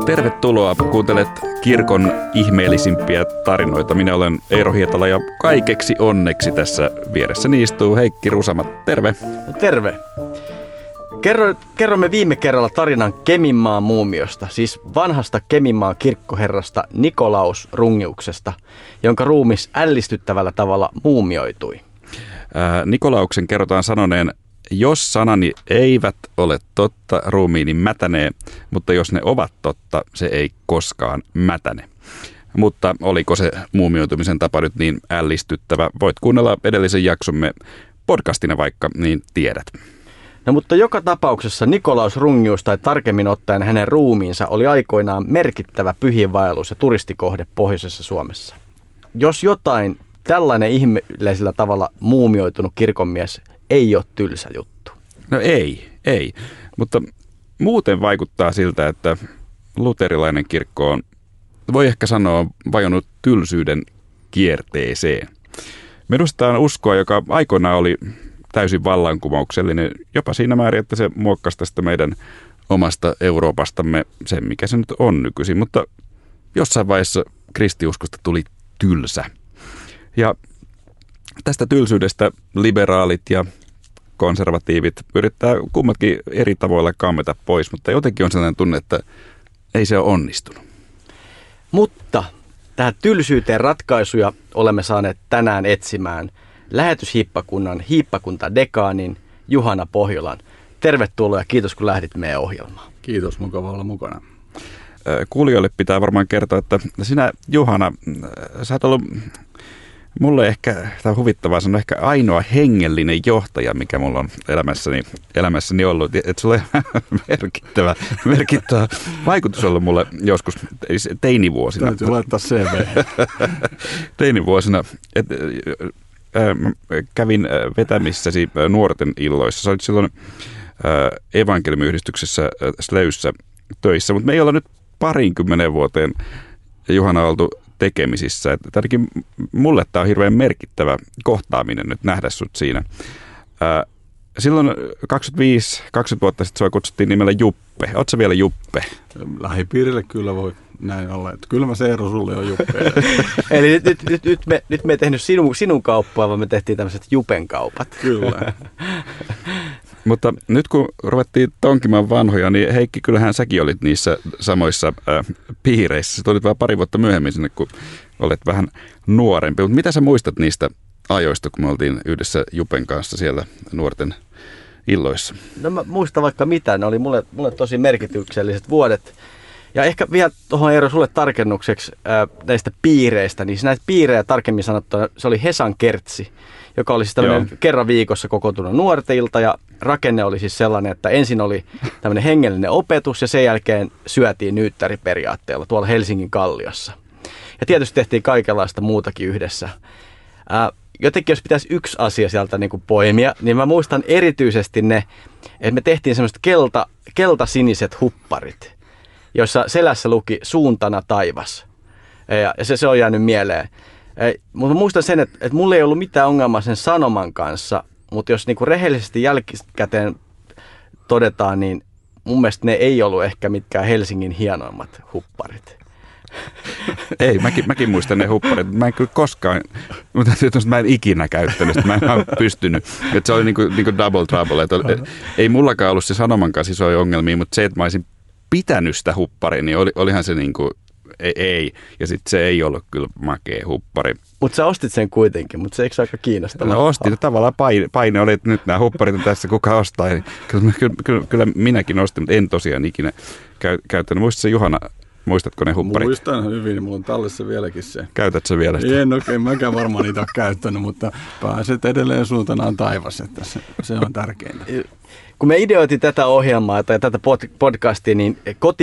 Tervetuloa, kuuntelet kirkon ihmeellisimpiä tarinoita. Minä olen Eero Hietala ja kaikeksi onneksi tässä vieressäni istuu Heikki Rusama. Terve. No, terve. Kerromme viime kerralla tarinan Keminmaan muumiosta, siis vanhasta Keminmaan kirkkoherrasta Nikolaus Rungiuksesta, jonka ruumis ällistyttävällä tavalla muumioitui. Nikolauksen kerrotaan sanoneen: jos sanani eivät ole totta, ruumiini mätänee, mutta jos ne ovat totta, se ei koskaan mätäne. Mutta oliko se muumioitumisen tapa nyt niin ällistyttävä? Voit kuunnella edellisen jaksomme podcastina vaikka, niin tiedät. No mutta joka tapauksessa Nikolaus Rungius, tai tarkemmin ottaen hänen ruumiinsa, oli aikoinaan merkittävä pyhiinvaellus- ja turistikohde pohjoisessa Suomessa. Jos jotain, tällainen ihmeellisellä tavalla muumioitunut kirkonmies ei ole tylsä juttu. No ei. Mutta muuten vaikuttaa siltä, että luterilainen kirkko on, voi ehkä sanoa, vajonnut tylsyyden kierteeseen. Minusta on uskoa, joka aikoinaan oli täysin vallankumouksellinen, jopa siinä määrin, että se muokkasi tästä meidän omasta Euroopastamme sen, mikä se nyt on nykyisin. Mutta jossain vaiheessa kristiuskosta tuli tylsä. Ja tästä tylsyydestä liberaalit ja konservatiivit yrittää kummatkin eri tavoilla kammeta pois, mutta jotenkin on sellainen tunne, että ei se ole onnistunut. Mutta tähän tylsyyteen ratkaisuja olemme saaneet tänään etsimään lähetyshiippakunnan hiippakuntadekaanin Juhana Pohjolan. Tervetuloa ja kiitos, kun lähdit meidän ohjelmaan. Kiitos, mukava olla mukana. Kuulijoille pitää varmaan kertoa, että sinä, Juhana, sä oot ollut mulle ehkä, tämä on huvittavaa, se on ehkä ainoa hengellinen johtaja, mikä mulla on elämässäni ollut. Että sulla on merkittävä vaikutus ollut mulle joskus teinivuosina. Täytyy laittaa CV. Teinivuosina. Kävin vetämissäsi nuorten illoissa. Sä olit silloin evankeliumiyhdistyksessä Slöyssä töissä, mutta me ei olla nyt 20 vuoteen, Juhana, oltu tekemisissä. Että ainakin mulle tämä on hirveän merkittävä kohtaaminen nyt nähdä sut siinä. Silloin 20 vuotta sitten sua kutsuttiin nimellä Juppe. Ootko sä vielä Juppe? Lähipiirille kyllä voi näin olla. Että kyllä mä se Eero sulle on Juppe. Eli nyt me ei tehnyt sinun kauppaa, vaan me tehtiin tämmöiset Jupen kaupat. Kyllä. Mutta nyt kun ruvettiin tonkimaan vanhoja, niin Heikki, kyllähän säkin olit niissä samoissa piireissä. Sä tulit vähän pari vuotta myöhemmin sinne, kun olet vähän nuorempi. Mutta mitä sä muistat niistä ajoista, kun me oltiin yhdessä Jupen kanssa siellä nuorten illoissa? No mä muistan vaikka mitä. Ne oli mulle tosi merkitykselliset vuodet. Ja ehkä vielä tuohon, Eero, sulle tarkennukseksi näistä piireistä. Niin näitä piirejä tarkemmin sanottuna, se oli Hesan kertsi, joka oli siis tämmöinen kerran viikossa kokoontunut nuorteilta, ja rakenne oli siis sellainen, että ensin oli tämmöinen hengellinen opetus ja sen jälkeen syötiin nyyttäriperiaatteella tuolla Helsingin Kalliossa. Ja tietysti tehtiin kaikenlaista muutakin yhdessä. Jotenkin jos pitäisi yksi asia sieltä niin kuin poimia, niin mä muistan erityisesti ne, että me tehtiin semmoiset keltasiniset hupparit, joissa selässä luki suuntana taivas. Ja se on jäänyt mieleen. Mutta muistan sen, että mulla ei ollut mitään ongelmaa sen sanoman kanssa, mutta jos niinku rehellisesti jälkikäteen todetaan, niin mun mielestä ne ei ollut ehkä mitkään Helsingin hienoimmat hupparit. Ei, mäkin muistan ne hupparit. Mä en kyllä koskaan, mutta mä en ikinä käyttänyt, mä en pystynyt. Että se oli niinku double trouble. Ei mullakaan ollut se sanoman kanssa isoja ongelmia, mutta se, että mä olisin pitänyt sitä hupparia, niin olihan se niinku ei. Ja sitten se ei ollut kyllä makea huppari. Mutta sä ostit sen kuitenkin, mutta se eikö se aika kiinnostavaa? No ostin. Tavallaan paine oli, että nyt nämä hupparit on tässä, kuka ostaa. Kyllä minäkin ostin, mutta en tosiaan ikinä käyttänyt. Muistatko Juhana, muistatko ne hupparit? Muistan hyvin, mulla on tallessa vieläkin se. Käytät sä vielä sitä? En oikein, mäkään varmaan niitä ole käyttänyt, mutta pääset edelleen suuntanaan taivas, että se on tärkeintä. Kun me ideoitiin tätä ohjelmaa tai tätä podcastia, niin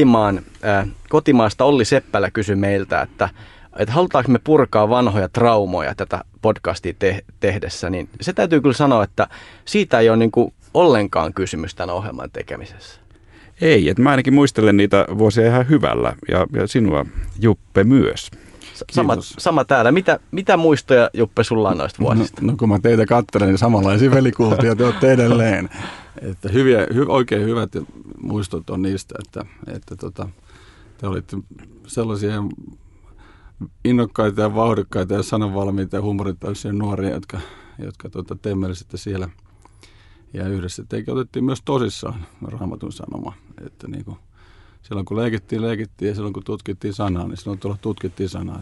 kotimaasta Olli Seppälä kysyi meiltä, että halutaanko me purkaa vanhoja traumoja tätä podcastia tehdessä, niin se täytyy kyllä sanoa, että siitä ei ole niin kuin ollenkaan kysymys tämän ohjelman tekemisessä. Ei, että mä ainakin muistelen niitä vuosia ihan hyvällä ja sinua, Juppe, myös. Sama täällä. Mitä muistoja, Juppe, sulla on noista vuosista? No kun mä teitä katselen, niin samanlaisia velikultia te olette edelleen. Että oikein hyvät muistot on niistä, että Te olitte sellaisia innokkaita ja vauhdikkaita ja sananvalmiita ja huumoritaisia nuoria, jotka temmelisitte siellä. Ja yhdessä teikin otettiin myös tosissaan Raamatun sanoma. Että niin kuin, silloin kun leikittiin ja silloin kun tutkittiin sanaa, niin silloin tutkittiin sanaa.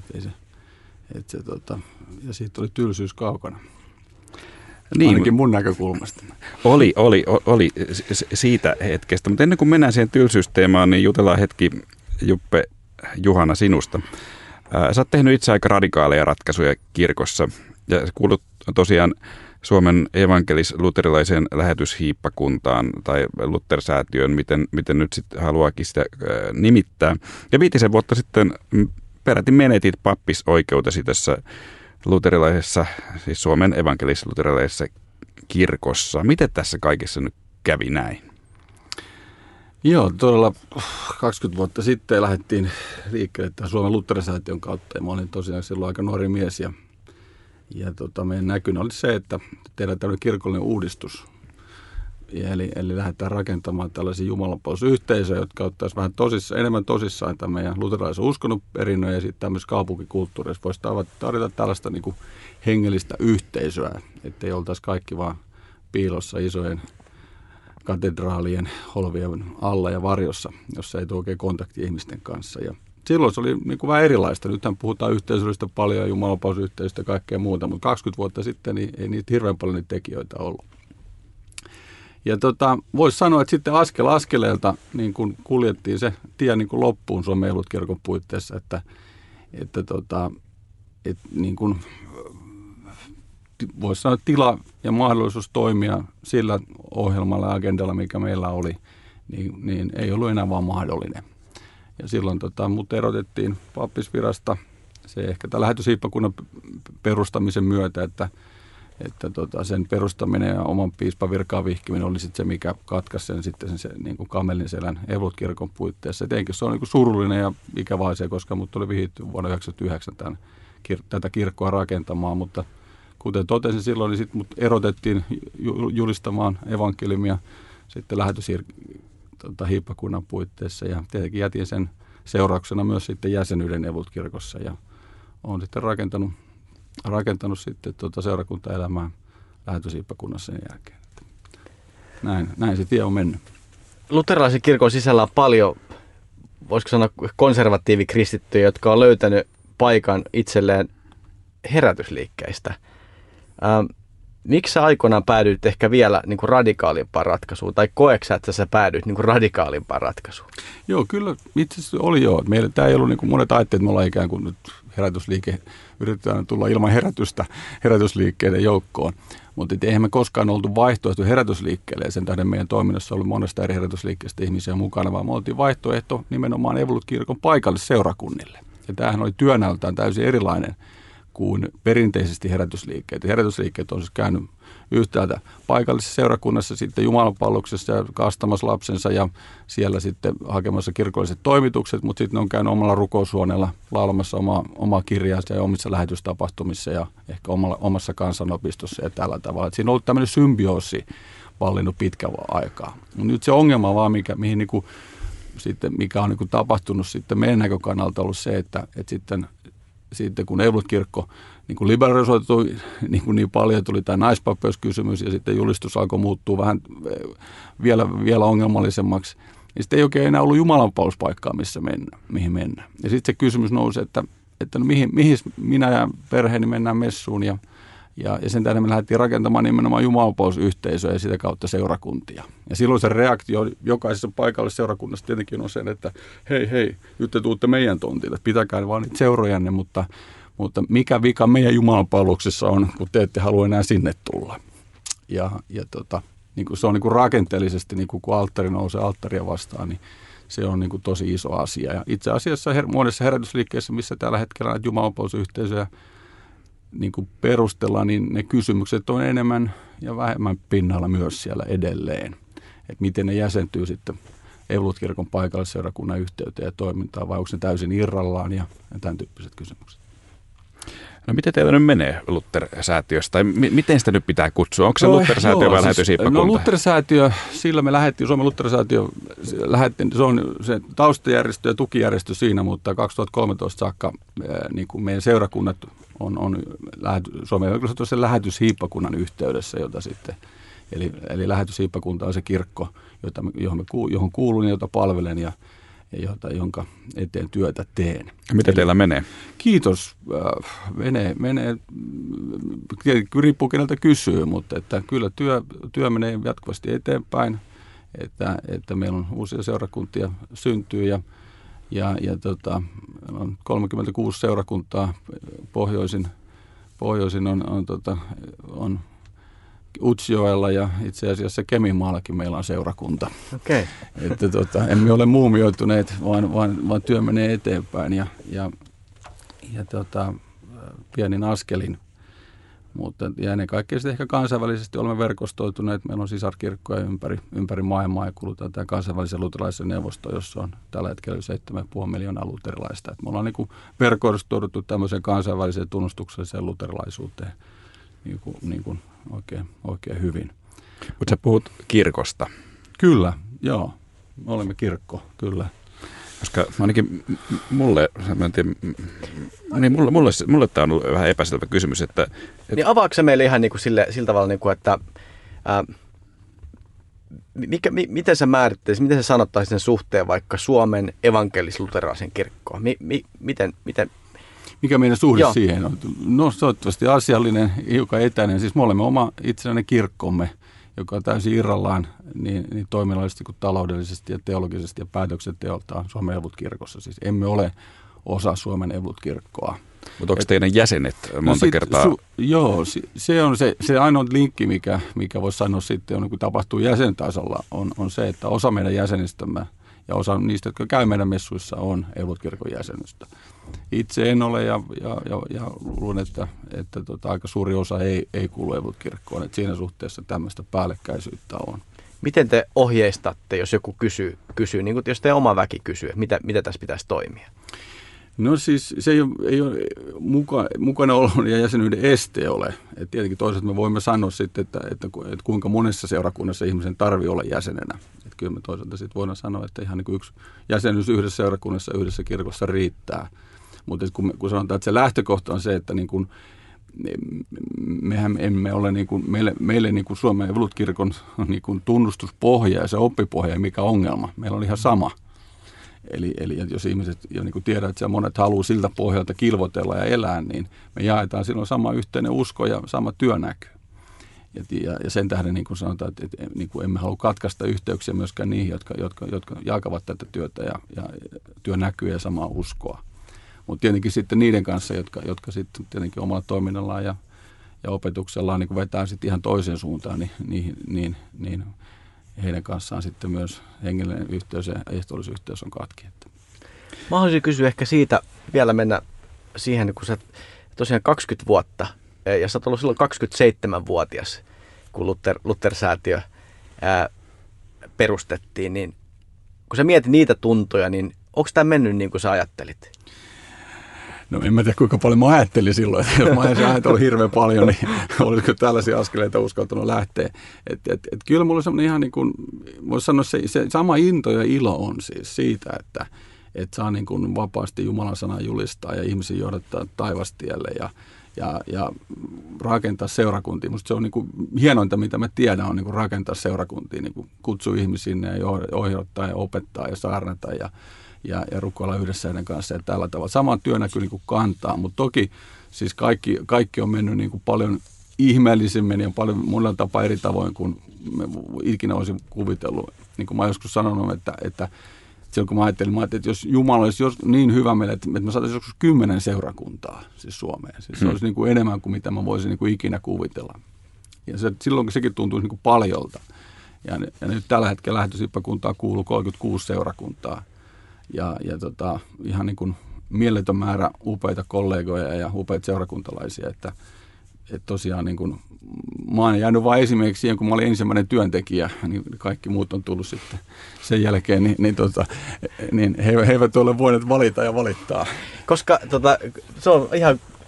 Ja siitä oli tylsyys kaukana. Niin, ainakin mun näkökulmasta. Oli siitä hetkestä. Mutta ennen kuin mennään siihen tylsyysteemaan, niin jutellaan hetki Juppe Juhana sinusta. Sä oot tehnyt itse aika radikaaleja ratkaisuja kirkossa ja kuulut tosiaan Suomen evankelis-luterilaiseen lähetyshiippakuntaan tai Luther-säätiön, miten nyt sitten haluaakin sitä nimittää. Ja 5 vuotta sitten peräti menetit pappisoikeutesi tässä luterilaisessa, siis Suomen evankelis-luterilaisessa kirkossa. Miten tässä kaikessa nyt kävi näin? Joo, todella 20 vuotta sitten lähdettiin liikkeelle tämän Suomen Luther-säätiön kautta. Ja mä olin tosiaan silloin aika nuori mies ja meidän näkynä oli se, että tehdään tämmöinen kirkollinen uudistus. Eli lähdetään rakentamaan tällaisia jumalanpalvelusyhteisöjä, jotka ottaisiin vähän enemmän tosissaan tämän meidän luterilaisen uskonnon perinnön ja sitten tämmöisessä kaupunkikulttuurissa voisi tarjota tällaista niin kuin hengellistä yhteisöä, ettei oltaisi kaikki vaan piilossa isojen katedraalien holvien alla ja varjossa, jossa ei tule oikein kontakti ihmisten kanssa. Ja silloin se oli niin kuin vähän erilaista. Nythän puhutaan yhteisöllistä paljon ja jumalanpalvelusyhteisöstä ja kaikkea muuta, mutta 20 vuotta sitten niin ei niitä hirveän paljon niitä tekijöitä ollut. Ja voisi sanoa, että sitten askel askeleelta niin kun kuljettiin se tie niin kun loppuun Suomen Elut-kirkon puitteissa, että niin kun voisi sanoa, tila ja mahdollisuus toimia sillä ohjelmalla ja agendalla, mikä meillä oli, niin ei ollut enää vaan mahdollinen. Ja silloin mut erotettiin pappisvirasta, se ehkä tämän lähetyshiippakunnan perustamisen myötä, että sen perustaminen ja oman piispan virkaan vihkiminen oli sitten se, mikä katkaisi sen niin kuin kamelin selän Elut-kirkon puitteissa. Etenkin se on niin kuin surullinen ja ikävä asia, koska mut oli vihitty vuonna 1999 tätä kirkkoa rakentamaan, mutta kuten totesin silloin, niin sitten mut erotettiin julistamaan evankeliumia sitten lähetyshiippakunnan puitteissa ja tietenkin jätin sen seurauksena myös sitten jäsenyyden Elut-kirkossa ja olen sitten rakentanut sitten seurakuntaelämää lähetyshiippakunnassa sen jälkeen. Näin se tie on mennyt. Luterilaisen kirkon sisällä on paljon, voisiko sanoa, konservatiivikristittyjä, jotka on löytänyt paikan itselleen herätysliikkeistä. Miksi sä aikoinaan päädyit ehkä vielä niin kuin radikaalimpaan ratkaisuun, tai koeksä, että sä päädyit niin kuin radikaalimpaan ratkaisuun? Joo, kyllä itse asiassa oli joo. Meillä tämä ei ollut niin kuin monet ajatteleet, että me ollaan ikään kuin nyt herätysliike, yritetään tulla ilman herätystä herätysliikkeiden joukkoon. Mutta eihän me koskaan oltu vaihtoehto herätysliikkeelle, ja sen tähden meidän toiminnassa oli monesta eri herätysliikkeestä ihmisiä mukana, vaan me oltiin vaihtoehto nimenomaan Elut-kirkon paikallisseurakunnille. Ja tämähän oli työnältään täysin erilainen kuin perinteisesti herätysliikkeet. Herätysliikkeet on siis käynyt yhtäältä paikallisessa seurakunnassa, sitten jumalanpalveluksessa ja kastamassa lapsensa ja siellä sitten hakemassa kirkolliset toimitukset, mutta sitten ne on käynyt omalla rukoushuoneella laulamassa omaa kirjaansa ja omissa lähetystapahtumissa ja ehkä omassa kansanopistossa ja tällä tavalla. Et siinä on ollut tämmöinen symbioosi vallinnut pitkän aikaa. Mut nyt se ongelma vaan, mikä on niin kuin tapahtunut sitten meidän näkökannalta ollut se, että sitten kun Elut-kirkko niin kuin liberalisoitui niin paljon, tuli tämä naispapeuskysymys ja sitten julistus alkoi muuttua vähän vielä ongelmallisemmaksi, niin sitten ei oikein enää ollut jumalanpalveluspaikkaa, mihin mennä. Ja sitten se kysymys nousi, että no mihin minä ja perheeni mennään messuun ja sen tähden me lähdettiin rakentamaan nimenomaan jumalanpalvelusyhteisöä ja sitä kautta seurakuntia. Ja silloin se reaktio jokaisessa paikallisessa seurakunnassa tietenkin on se, että hei, nyt te tuutte meidän tontille, pitäkää vaan niitä seurojanne, mutta mikä vika meidän jumalanpalveluksessa on, kun te ette halua enää sinne tulla. Niin kuin se on niin kuin rakenteellisesti, niin kuin kun alttari nousee alttaria vastaan, niin se on niin kuin tosi iso asia. Ja itse asiassa monessa herätysliikkeessä, missä tällä hetkellä näitä jumalanpalvelusyhteisöjä niin kuin perustellaan, niin ne kysymykset on enemmän ja vähemmän pinnalla myös siellä edelleen. Että miten ne jäsentyy sitten Elut-kirkon paikallisseurakunnan yhteyteen ja toimintaan, vai onko ne täysin irrallaan ja tämän tyyppiset kysymykset. No miten teillä nyt menee Luther-säätiössä? Tai miten sitä nyt pitää kutsua? Onko se Luther-säätiö vai lähetyshiippakunta? No Luther-säätiö, sillä me lähdettiin, Suomen Luther-säätiö, se on se taustajärjestö ja tukijärjestö siinä, mutta 2013 saakka niin kuin meidän seurakunnat on Suomen evankelisluterilaisen lähetyshiippakunnan yhteydessä, jota sitten, eli lähetyshiippakunta on se kirkko, johon kuulun ja jota palvelen ja jonka eteen työtä teen. Miten teillä menee? Kiitos. Menee riippuu keneltä kysyy, mutta että kyllä työ menee jatkuvasti eteenpäin, että meillä on uusia seurakuntia syntyy ja on 36 seurakuntaa pohjoisin on Utsjoella ja itse asiassa Keminmaallakin meillä on seurakunta. Okay. Että emme ole muumioituneet, vaan työ menee eteenpäin ja pienin askelin. Mutta ja ennen kaikkea sitten ehkä kansainvälisesti olemme verkostoituneet. Meillä on sisarkirkkoja ympäri maailmaa ja kulutaan tämä kansainvälisen luterilaisen neuvosto, jossa on tällä hetkellä 7,5 miljoonaa luterilaista. Et me ollaan niin verkostoiduttu tämmöiseen kansainväliseen tunnustukselliseen luterilaisuuteen niin kuin oikein hyvin. Mutta sä puhut kirkosta. Kyllä, joo. Me olemme kirkko, kyllä. Koska ainakin mulle tämä on ollut vähän epäselvä kysymys, että niin avaako se meille ihan niin kuin sillä tavalla, niin kuin, että miten sä määrittäisit, miten sä sanottaisit sen suhteen vaikka Suomen evankelis-luterilaisen kirkkoon? Miten mikä meidän suhde siihen on? No toivottavasti asiallinen, hiukan etäinen. Siis me olemme oma itsenäinen kirkkomme, joka on täysin irrallaan niin toiminnallisesti kuin taloudellisesti ja teologisesti ja päätöksenteoltaan Suomen evankelis-kirkossa. Siis emme ole osa Suomen evankelis-kirkkoa. Mutta onko teidän jäsenet monta kertaa? Joo, se on se ainoa linkki, mikä voisi sanoa sitten, on, kun tapahtuu jäsentasolla, on se, että osa meidän jäsenistämme ja osa niistä, jotka käy meidän messuissa, on evankelis-kirkon jäsenistä. Itse en ole ja luulen, että aika suuri osa ei kuulu evankelis-kirkkoon. Että siinä suhteessa tämmöistä päällekkäisyyttä on. Miten te ohjeistatte, jos joku kysyy niin kuin jos teidän oma väki kysyy, että mitä tässä pitäisi toimia? No siis se ei ole mukana olon ja jäsenyyden este ole. Et tietenkin toisaalta me voimme sanoa sitten, että kuinka monessa seurakunnassa ihmisen tarvitsee olla jäsenenä. Et kyllä me toisaalta sitten voidaan sanoa, että ihan niin kuin yksi jäsenyys yhdessä seurakunnassa yhdessä kirkossa riittää. Mutta kun sanotaan, että se lähtökohta on se, että niin kuin, mehän emme ole niin kuin, meille niin kuin Suomen evankelis-kirkon niin kuin tunnustuspohja ja se oppipohja, mikä ongelma. Meillä on ihan sama. Eli jos ihmiset jo niin kuin tiedät, että monet haluaa siltä pohjalta kilvotella ja elää, niin me jaetaan silloin sama yhteinen usko ja sama työnäky. Ja sen tähden niin kuin sanotaan, että niin kuin emme halua katkaista yhteyksiä myöskään niihin, jotka jakavat tätä työtä ja työnäkyä ja samaa uskoa. Mutta tietenkin sitten niiden kanssa, jotka sitten tietenkin omalla toiminnallaan ja opetuksellaan niin kuin vetää sitten ihan toiseen suuntaan, niin heidän kanssaan sitten myös hengellinen yhteys ja ehtoollisyhteys on katki. Mä haluaisin kysyä ehkä siitä, vielä mennä siihen, kun sä tosiaan 20 vuotta, ja sä oot ollut silloin 27-vuotias, kun Luther-säätiö perustettiin, niin kun sä mietit niitä tuntoja, niin onko tämä mennyt niin kuin sä ajattelit? No en mä tiedä, kuinka paljon mä ajattelin silloin. Jos mä olisin ajatellut hirveän paljon, niin olisiko tällaisia askeleita uskaltanut lähteä. Et kyllä mulla on semmoinen ihan niin kuin, voisi sanoa se sama into ja ilo on siis siitä, että saa niin kuin vapaasti Jumalan sanaa julistaa ja ihmisiä johdattaa taivastielle ja rakentaa seurakuntia. Musta se on niin kuin hienointa, mitä mä tiedän, on niin kuin rakentaa seurakuntia, niin kuin kutsua ihmisiä sinne ja ohjata ja opettaa ja saarnata ja rukoilla yhdessä heidän kanssa ja tällä tavalla. Sama työ näkyy niin kuin kantaa, mutta toki siis kaikki on mennyt niin kuin paljon ihmeellisemmin ja paljon monella tapaa eri tavoin kuin me ikinä olisin kuvitellut. Niin kuin mä joskus sanonut, että silloin kun mä ajattelin, että jos Jumala olisi niin hyvä meille, että me saataisiin joskus 10 seurakuntaa siis Suomeen. Siis se olisi niin kuin enemmän kuin mitä mä voisin niin kuin ikinä kuvitella. Ja silloin sekin tuntuisi niin kuin paljolta. Ja nyt tällä hetkellä lähetyshiippakuntaa kuuluu 36 seurakuntaa. Ja ihan niin kuin mieletön määrä upeita kollegoja ja upeita seurakuntalaisia, että tosiaan niin kuin, mä oon jäänyt vain esimerkiksi siihen, kun mä olin ensimmäinen työntekijä, niin kaikki muut on tullut sitten sen jälkeen, niin he eivät ole voineet valita ja valittaa. Koska se on ihan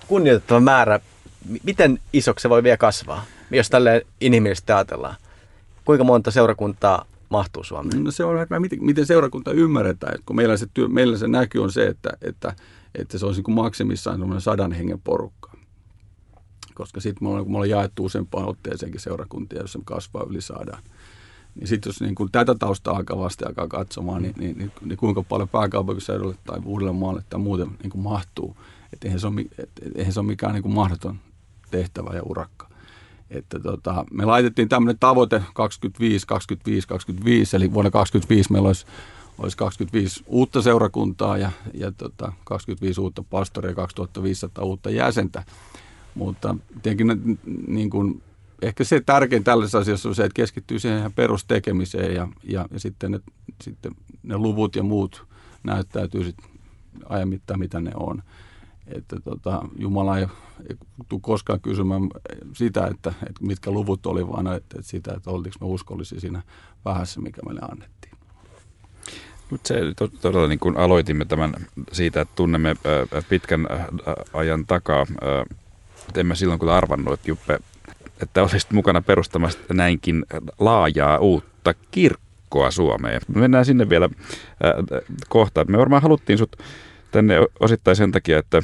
kunnioitettava määrä. Miten isoksi se voi vielä kasvaa, jos tälleen inhimillisesti ajatellaan? Kuinka monta seurakuntaa mahtuu Suomeen? No se on miten seurakunta ymmärretään. Kun meillä se näky on se, että se olisi niin kuin maksimissaan 100 hengen porukka. Koska sitten me ollaan jaettu useampaan otteeseenkin seurakuntia, jos se kasvaa yli 100. Niin sitten jos niin kuin tätä taustaa alkaa katsomaan, niin kuinka paljon pääkaupunkiseudulle tai Uudellemaalle tai muuten niin kuin mahtuu. Että eihän se ole mikään niin kuin mahdoton tehtävä ja urakka. Että me laitettiin tämmöinen tavoite 25, eli vuonna 2025 meillä olisi 25 uutta seurakuntaa ja 25 uutta pastoria ja 2500 uutta jäsentä. Mutta tietenkin niin kuin, ehkä se tärkein tällaisessa asiassa on se, että keskittyy siihen ihan perustekemiseen ja sitten ne luvut ja muut näyttäytyy sitten ajan mittaan, mitä ne on. Että Jumala ei tule koskaan kysymään sitä, että mitkä luvut oli, vaan että sitä, että oltiinko me uskollisia siinä vähässä, mikä meille annettiin. Mutta se todella niin kuin aloitimme tämän siitä, että tunnemme pitkän ajan takaa. Emme silloin kyllä arvannut, että Juppe, että olisit mukana perustamassa näinkin laajaa uutta kirkkoa Suomeen. Me mennään sinne vielä kohtaan. Me varmaan haluttiin sut tänne osittain sen takia, että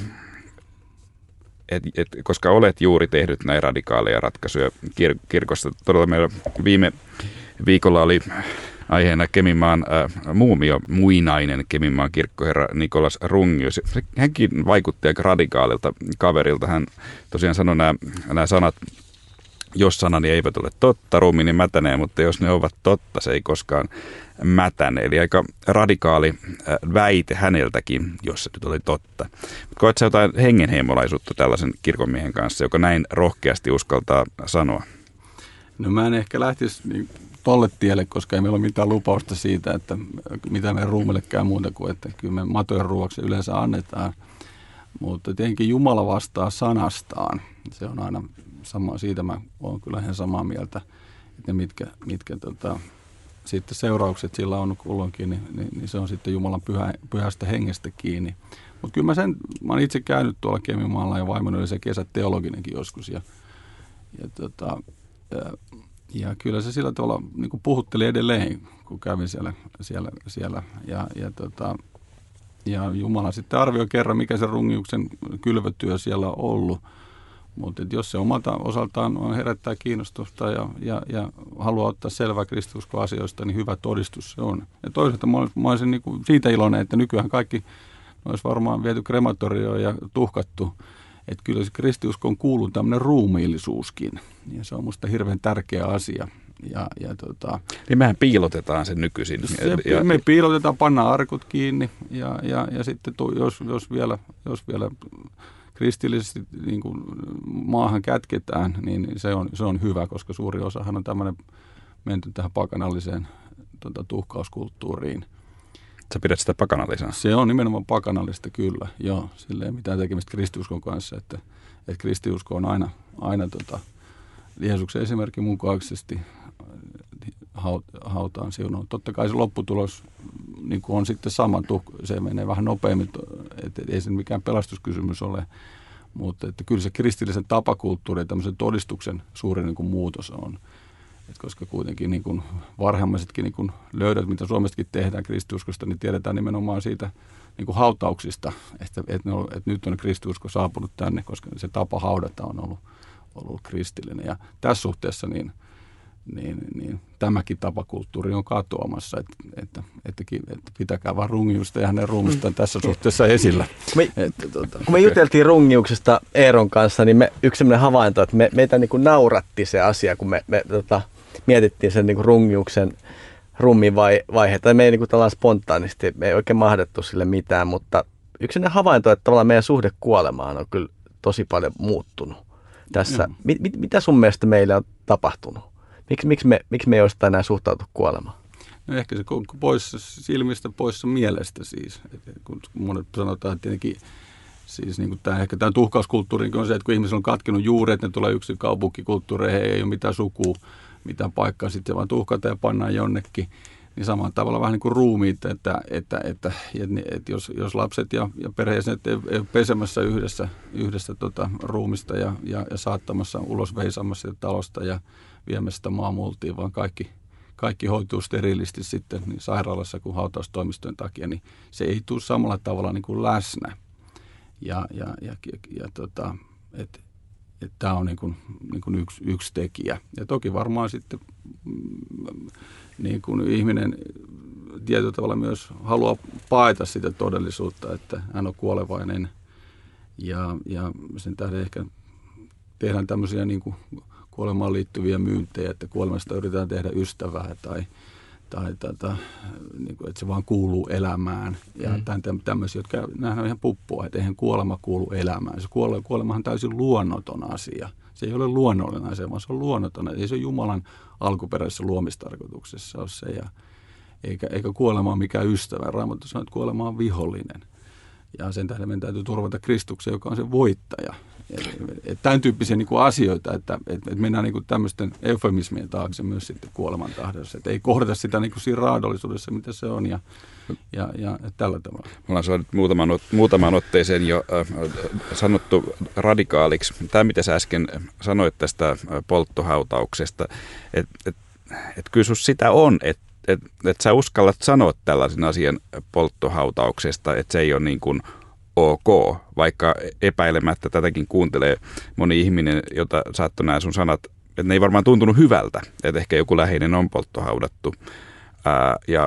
koska olet juuri tehnyt näin radikaaleja ratkaisuja kirkossa. Todella meillä viime viikolla oli aiheena Keminmaan muinainen Keminmaan kirkkoherra Nikolas Rungius. Hänkin vaikutti aika radikaalilta kaverilta. Hän tosiaan sanoi nämä sanat, jos sanani eivät ole totta, ruumiini mätänee, mutta jos ne ovat totta, se ei koskaan mätäne. Eli aika radikaali väite häneltäkin, jos se nyt oli totta. Koet sä jotain hengenheimolaisuutta tällaisen kirkonmiehen kanssa, joka näin rohkeasti uskaltaa sanoa? No mä en ehkä lähtisi tolle tielle, koska ei meillä ole mitään lupausta siitä, että mitä meidän ruumille käy muuta kuin, että kyllä me matojen ruoaksi yleensä annetaan. Mutta tietenkin Jumala vastaa sanastaan. Se on aina sama, siitä mä olen kyllä ihan samaa mieltä, että mitkä sitten seuraukset sillä on kulloinkin, niin se on sitten Jumalan pyhästä hengestä kiinni. Mutta kyllä mä olen itse käynyt tuolla Keminmaalla ja vaimoni oli se kesäteologinenkin joskus ja kyllä se sillä tavalla niin kuin puhutteli edelleen, kun kävin siellä ja Jumala sitten arvioi kerran, mikä se Rungiuksen kylvötyö siellä on ollut. Mutta jos se omalta osaltaan herättää kiinnostusta ja haluaa ottaa selvää kristiuskon asioista, niin hyvä todistus se on. Ja toisaalta mä olisin niin kuin siitä iloinen, että nykyään kaikki olisi varmaan viety krematorioon ja tuhkattu. Että kyllä se kristiuskoon kuuluu tämmöinen ruumiillisuuskin. Ja se on musta hirveän tärkeä asia. Niin mehän piilotetaan sen nykyisin. Me piilotetaan, pannaan arkut kiinni ja sitten jos vielä kristillisesti niin kuin maahan kätketään, niin se on hyvä, koska suuri osahan on tämmöinen menty tähän pakanalliseen tuhkauskulttuuriin. Sä pidät sitä pakanallisena? Se on nimenomaan pakanallista kyllä, joo. Sillä ei mitään tekemistä kristiuskon kanssa, että kristiusko on aina Jeesuksen esimerkin mukaisesti hautaan siunaan. Totta kai se lopputulos niin kuin on sitten sama, se menee vähän nopeammin, että ei se mikään pelastuskysymys ole, mutta että kyllä se kristillisen tapakulttuuri ja tämmöisen todistuksen suuri niin kuin muutos on. Et koska kuitenkin niin kuin varhaimaisetkin niin kuin löydöt, mitä Suomestakin tehdään kristiuskosta, niin tiedetään nimenomaan siitä niin kuin hautauksista, että nyt on kristiusko saapunut tänne, koska se tapa haudata on ollut kristillinen. Ja tässä suhteessa niin tämäkin tapakulttuuri on katoamassa, että pitäkää vaan Rungiusta ja hänen ruumistaan tässä suhteessa esillä. Kun me juteltiin Rungiuksesta Eeron kanssa, niin yksi sellainen havainto, että meitä niin kuin nauratti se asia, kun me mietittiin sen niin kuin Rungiuksen rummivaihe, tai me ei niin kuin tällainen spontaanisti, me ei oikein mahdettu sille mitään, mutta yksi sellainen havainto, että tavallaan meidän suhde kuolemaan on kyllä tosi paljon muuttunut tässä. Mitä sun mielestä meille on tapahtunut? Miksi me ei olisi enää suhtautu kuolemaan? No ehkä se poissa silmistä, poissa mielestä siis. Kun monet sanotaan, että tietenkin siis niin ehkä tämä tuhkauskulttuuri on se, että kun ihmisillä on katkenut juuret, ne tulee yksin kaupunkikulttuureihin, ei ole mitään sukua, mitään paikkaa, sitten se vaan tuhkataan ja pannaan jonnekin. niin samalla tavalla vähän niin kuin ruumiit, että jos lapset ja perheenjäsenet ei ole pesemässä yhdessä ruumista ja saattamassa ulos veisaamassa talosta ja viemässä sitä maamultiin, vaan kaikki hoituu steriilisti sitten niin sairaalassa kuin hautaustoimistojen takia, niin se ei tule samalla tavalla niin kuin läsnä. Tämä on niin kuin yksi tekijä. Ja toki varmaan sitten niin kuin ihminen tietyllä tavalla myös haluaa paeta sitä todellisuutta, että hän on kuolevainen. Ja sen tähden ehkä tehdään tämmöisiä niin kuin kuolemaan liittyviä myyntejä, että kuolemasta yritetään tehdä ystävää tai niin kuin, että se vaan kuuluu elämään. Ja tämmöisiä, jotka nähdään on ihan puppua, että eihän kuolema kuulu elämään. Se kuolemahan on täysin luonnoton asia. Se ei ole luonnollinen asia, vaan se on luonnoton. Ei se Jumalan alkuperäisessä luomistarkoituksessa ole se. Eikä kuolema ole mikään ystävä. Raamattu sanoo, että kuolema on vihollinen. Ja sen tähden meidän täytyy turvata Kristuksen, joka on se voittaja. Tämän tyyppisiä niin kuin asioita, että mennään niin kuin tämmöisten eufemismien taakse myös sitten kuoleman tahdossa. Että ei kohdata sitä niin kuin siinä raadollisuudessa, mitä se on ja tällä tavalla. Me ollaan nyt muutamaan otteeseen jo sanottu radikaaliksi. Tämä, mitä sä äsken sanoit tästä polttohautauksesta, että kyllä sus sitä on, että sä uskallat sanoa tällaisen asian polttohautauksesta, että se ei ole niin kuin ok, vaikka epäilemättä tätäkin kuuntelee moni ihminen, jota saattoi nämä sun sanat, että ne ei varmaan tuntunut hyvältä, että ehkä joku läheinen on polttohaudattu. Ja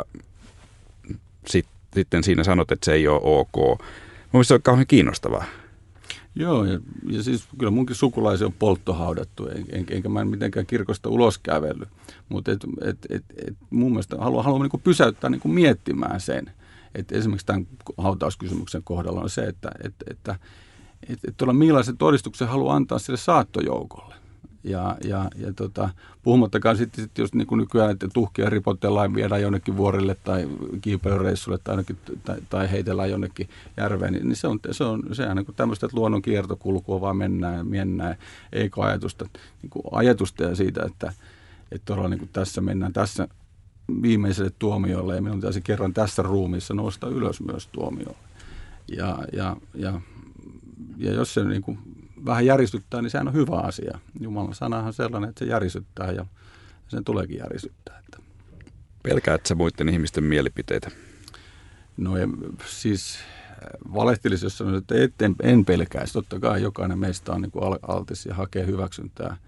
sitten siinä sanot, että se ei ole ok. Mun mielestä se on kauhean kiinnostavaa. Joo, ja siis kyllä munkin sukulaisia on polttohaudattu, enkä mä mitenkään kirkosta ulos kävellyt. Mutta mun mielestä haluan niin kuin pysäyttää niin kuin miettimään sen. Että esimerkiksi tämän hautauskysymyksen kohdalla on se, että millaisen todistuksen haluaa antaa sille saattojoukolle. Puhumattakaan sitten jos niin kuin nykyään, että tuhkia ripotellaan, viedään jonnekin vuorille tai kiipeilyreissulle tai heitellään jonnekin järveen, niin sehän niin tämmöistä, että luonnon kiertokulkua vaan mennään eikä ajatusta ja siitä, että todella niin kuin tässä mennään tässä viimeiselle tuomiolle ja minun pitäisi kerran tässä ruumiissa nousta ylös myös tuomiolle. Ja jos se niin kuin vähän järisyttää, niin sehän on hyvä asia. Jumalan sanahan on sellainen, että se järisyttää ja sen tuleekin järisyttää. Pelkäätkö sä muiden ihmisten mielipiteitä? No siis valehtelisi, jos sanoisi, että en pelkäisi. Totta kai jokainen meistä on niin kuin altis ja hakee hyväksyntää.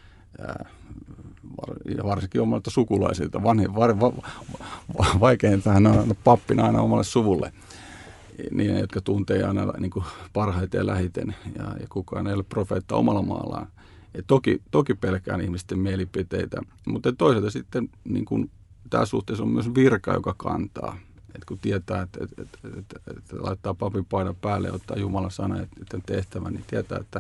Ja varsinkin omalta sukulaisilta. Vaikeintahan on pappina aina omalle suvulle. Niin, jotka tuntee aina niin kuin parhaiten ja lähiten, ja kukaan ei ole profeetta omalla maallaan. Toki pelkään ihmisten mielipiteitä, mutta toisaalta sitten niin kuin, tässä suhteessa on myös virka, joka kantaa. Et kun tietää, että laittaa papin paidan päälle ja ottaa Jumalan sana ja tehtävän, niin tietää, että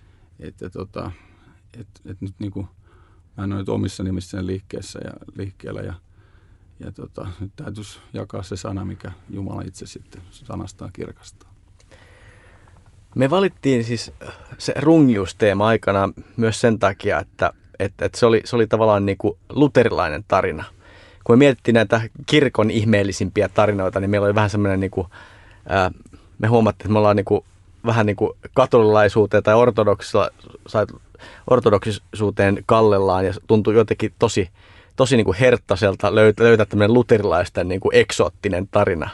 nyt niin kuin, mä en ole nyt omissa nimissäni liikkeellä ja nyt täytyisi jakaa se sana, mikä Jumala itse sitten sanastaan kirkastaa. Me valittiin siis se rungiusteema aikana myös sen takia, että se oli tavallaan niin kuin luterilainen tarina. Kun me mietittiin näitä kirkon ihmeellisimpiä tarinoita, niin meillä oli vähän semmoinen, niin kuin, me huomattiin, että me ollaan niin kuin, vähän niin kuin katolilaisuuteen tai ortodoksisuuteen kallellaan ja tuntui jotenkin tosi niin kuin herttaselta löytää tämmöinen luterilaisten niin kuin eksoottinen tarina.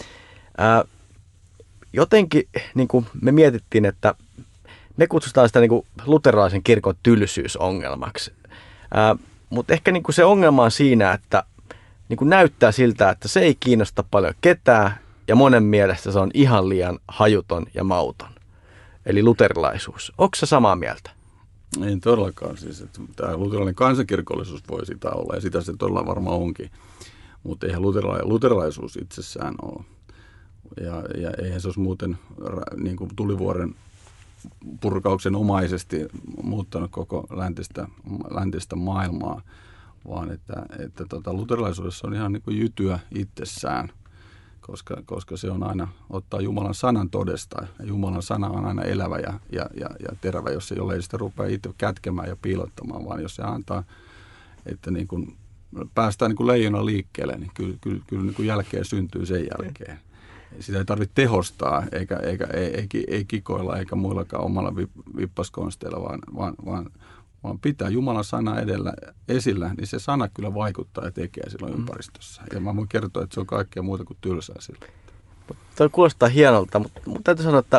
Jotenkin niin kuin me mietittiin, että me kutsutaan sitä niin kuin luterilaisen kirkon tylsyysongelmaksi. Mutta ehkä niin kuin se ongelma on siinä, että niin kuin näyttää siltä, että se ei kiinnosta paljon ketään ja monen mielestä se on ihan liian hajuton ja mauton. Eli luterilaisuus. Onko sä samaa mieltä? Ei todellakaan. Siis, että tämä luterilainen kansankirkollisuus voi sitä olla ja sitä se todella varmaan onkin. Mutta eihän luterilaisuus itsessään ole. Ja eihän se olisi muuten niin kuin tulivuoren purkauksen omaisesti muuttanut koko läntistä maailmaa, vaan että luterilaisuudessa on ihan niin kuin jytyä itsessään, koska se on aina ottaa Jumalan sanan todesta. Ja Jumalan sana on aina elävä ja terävä, jollei sitä rupea itse kätkemään ja piilottamaan, vaan jos se antaa, että niin kuin päästään niin kuin leijona liikkeelle, niin kyllä niin kuin jälkeen syntyy sen jälkeen. Sitä ei tarvitse tehostaa, ei kikoilla eikä muillakaan omalla vippaskonsteilla, vaan pitää Jumalan sana esillä, niin se sana kyllä vaikuttaa ja tekee silloin ympäristössä. Ja mä voin kertoa, että se on kaikkea muuta kuin tylsää sillä. Tuo kuulostaa hienolta, mutta täytyy sanoa, että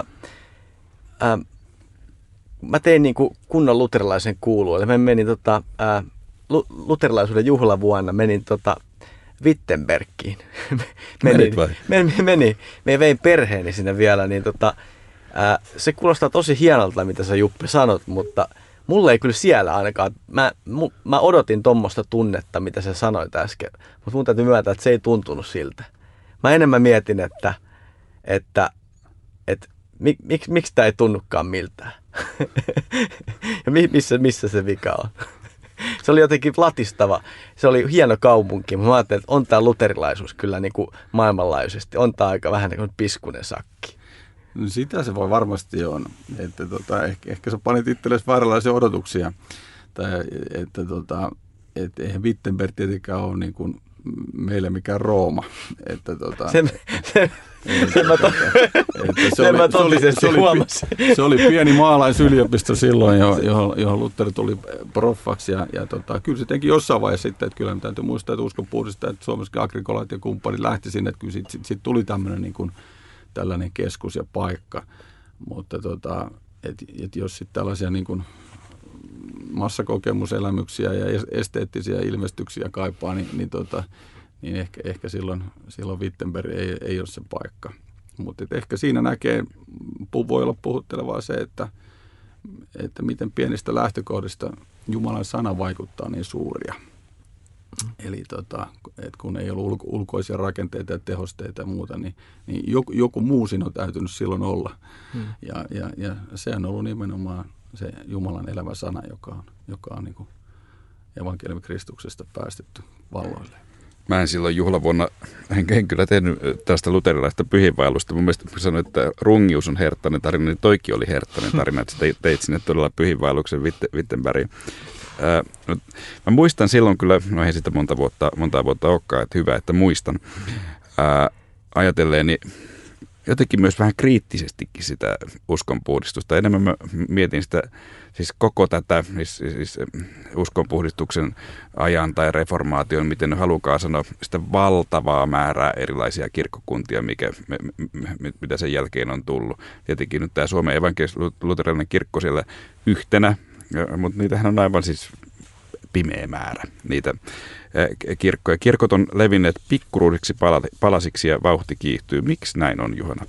mä tein niin kuin kunnon luterilaisen kuulua. Mä menin luterilaisuuden juhlavuonna, menin Wittenbergiin. Menin. Me vein perheeni sinne vielä, niin se kuulostaa tosi hienolta, mitä sä Juppe sanot, mutta mulle ei kyllä siellä ainakaan. Mä odotin tommoista tunnetta, mitä sä sanoit äsken, mutta mun täytyy myöntää, että se ei tuntunut siltä. Mä enemmän mietin, että miksi tää ei tunnukaan miltään. Ja missä se vika on. Se oli jotenkin latistava. Se oli hieno kaupunki, mutta mä ajattelin, että on tää luterilaisuus kyllä niin kuin maailmanlaajuisesti. On tää aika vähän niin kuin piskunen sakki. No sitä se voi varmasti on. Että ehkä sä panit itsellesi vääränlaisia odotuksia. Että eihän Wittenberg tietenkään ole niin kuin meille mikään Rooma. Se oli pieni maalaisyliopisto silloin, johon Luther tuli proffaksi. Ja kyllä se teki jossain vaiheessa sitten, että kyllä me täytyy muistaa, että uskonpuhdista, että Suomessakin Agrikolat ja kumppanit lähti sinne, että kyllä siitä tuli tämmöinen niin kuin tällainen keskus ja paikka. Mutta että jos sitten tällaisia niin kuin massakokemuselämyksiä ja esteettisiä ilmestyksiä kaipaa, niin ehkä silloin Wittenberg ei ole se paikka. Mutta ehkä siinä voi olla puhuttelevaa se, että miten pienistä lähtökohdista Jumalan sana vaikuttaa niin suuria. Eli että kun ei ollut ulkoisia rakenteita ja tehosteita ja muuta, niin joku muu siinä on täytynyt silloin olla. Ja se on ollut nimenomaan se Jumalan elävä sana, joka on niin kuin evankeliumi Kristuksesta päästetty valloille. Mä en silloin juhlavuonna, en kyllä tehnyt tästä luterilaista pyhinvaellusta. Mun mielestä kun sanoin, että rungius on herttainen tarina, niin toikin oli herttainen tarina, että teit sinne todella pyhinvaelluksen Wittenbergiin. Mä muistan silloin kyllä, no ei sitä monta vuotta olekaan, että hyvä, että muistan, ajatelleeni jotenkin myös vähän kriittisestikin sitä uskonpuhdistusta. Enemmän mä mietin sitä, siis koko tätä siis uskonpuhdistuksen ajan tai reformaation, miten halukaan sanoa, sitä valtavaa määrää erilaisia kirkkokuntia, mitä sen jälkeen on tullut. Tietenkin nyt tämä Suomen evankelis-luterilainen kirkko siellä yhtenä, mutta niitähän on aivan siis pimeä määrä, niitä kirkkoja. Kirkot on levinneet pikkuruusiksi palasiksi ja vauhti kiihtyy. Miksi näin on, Juhana?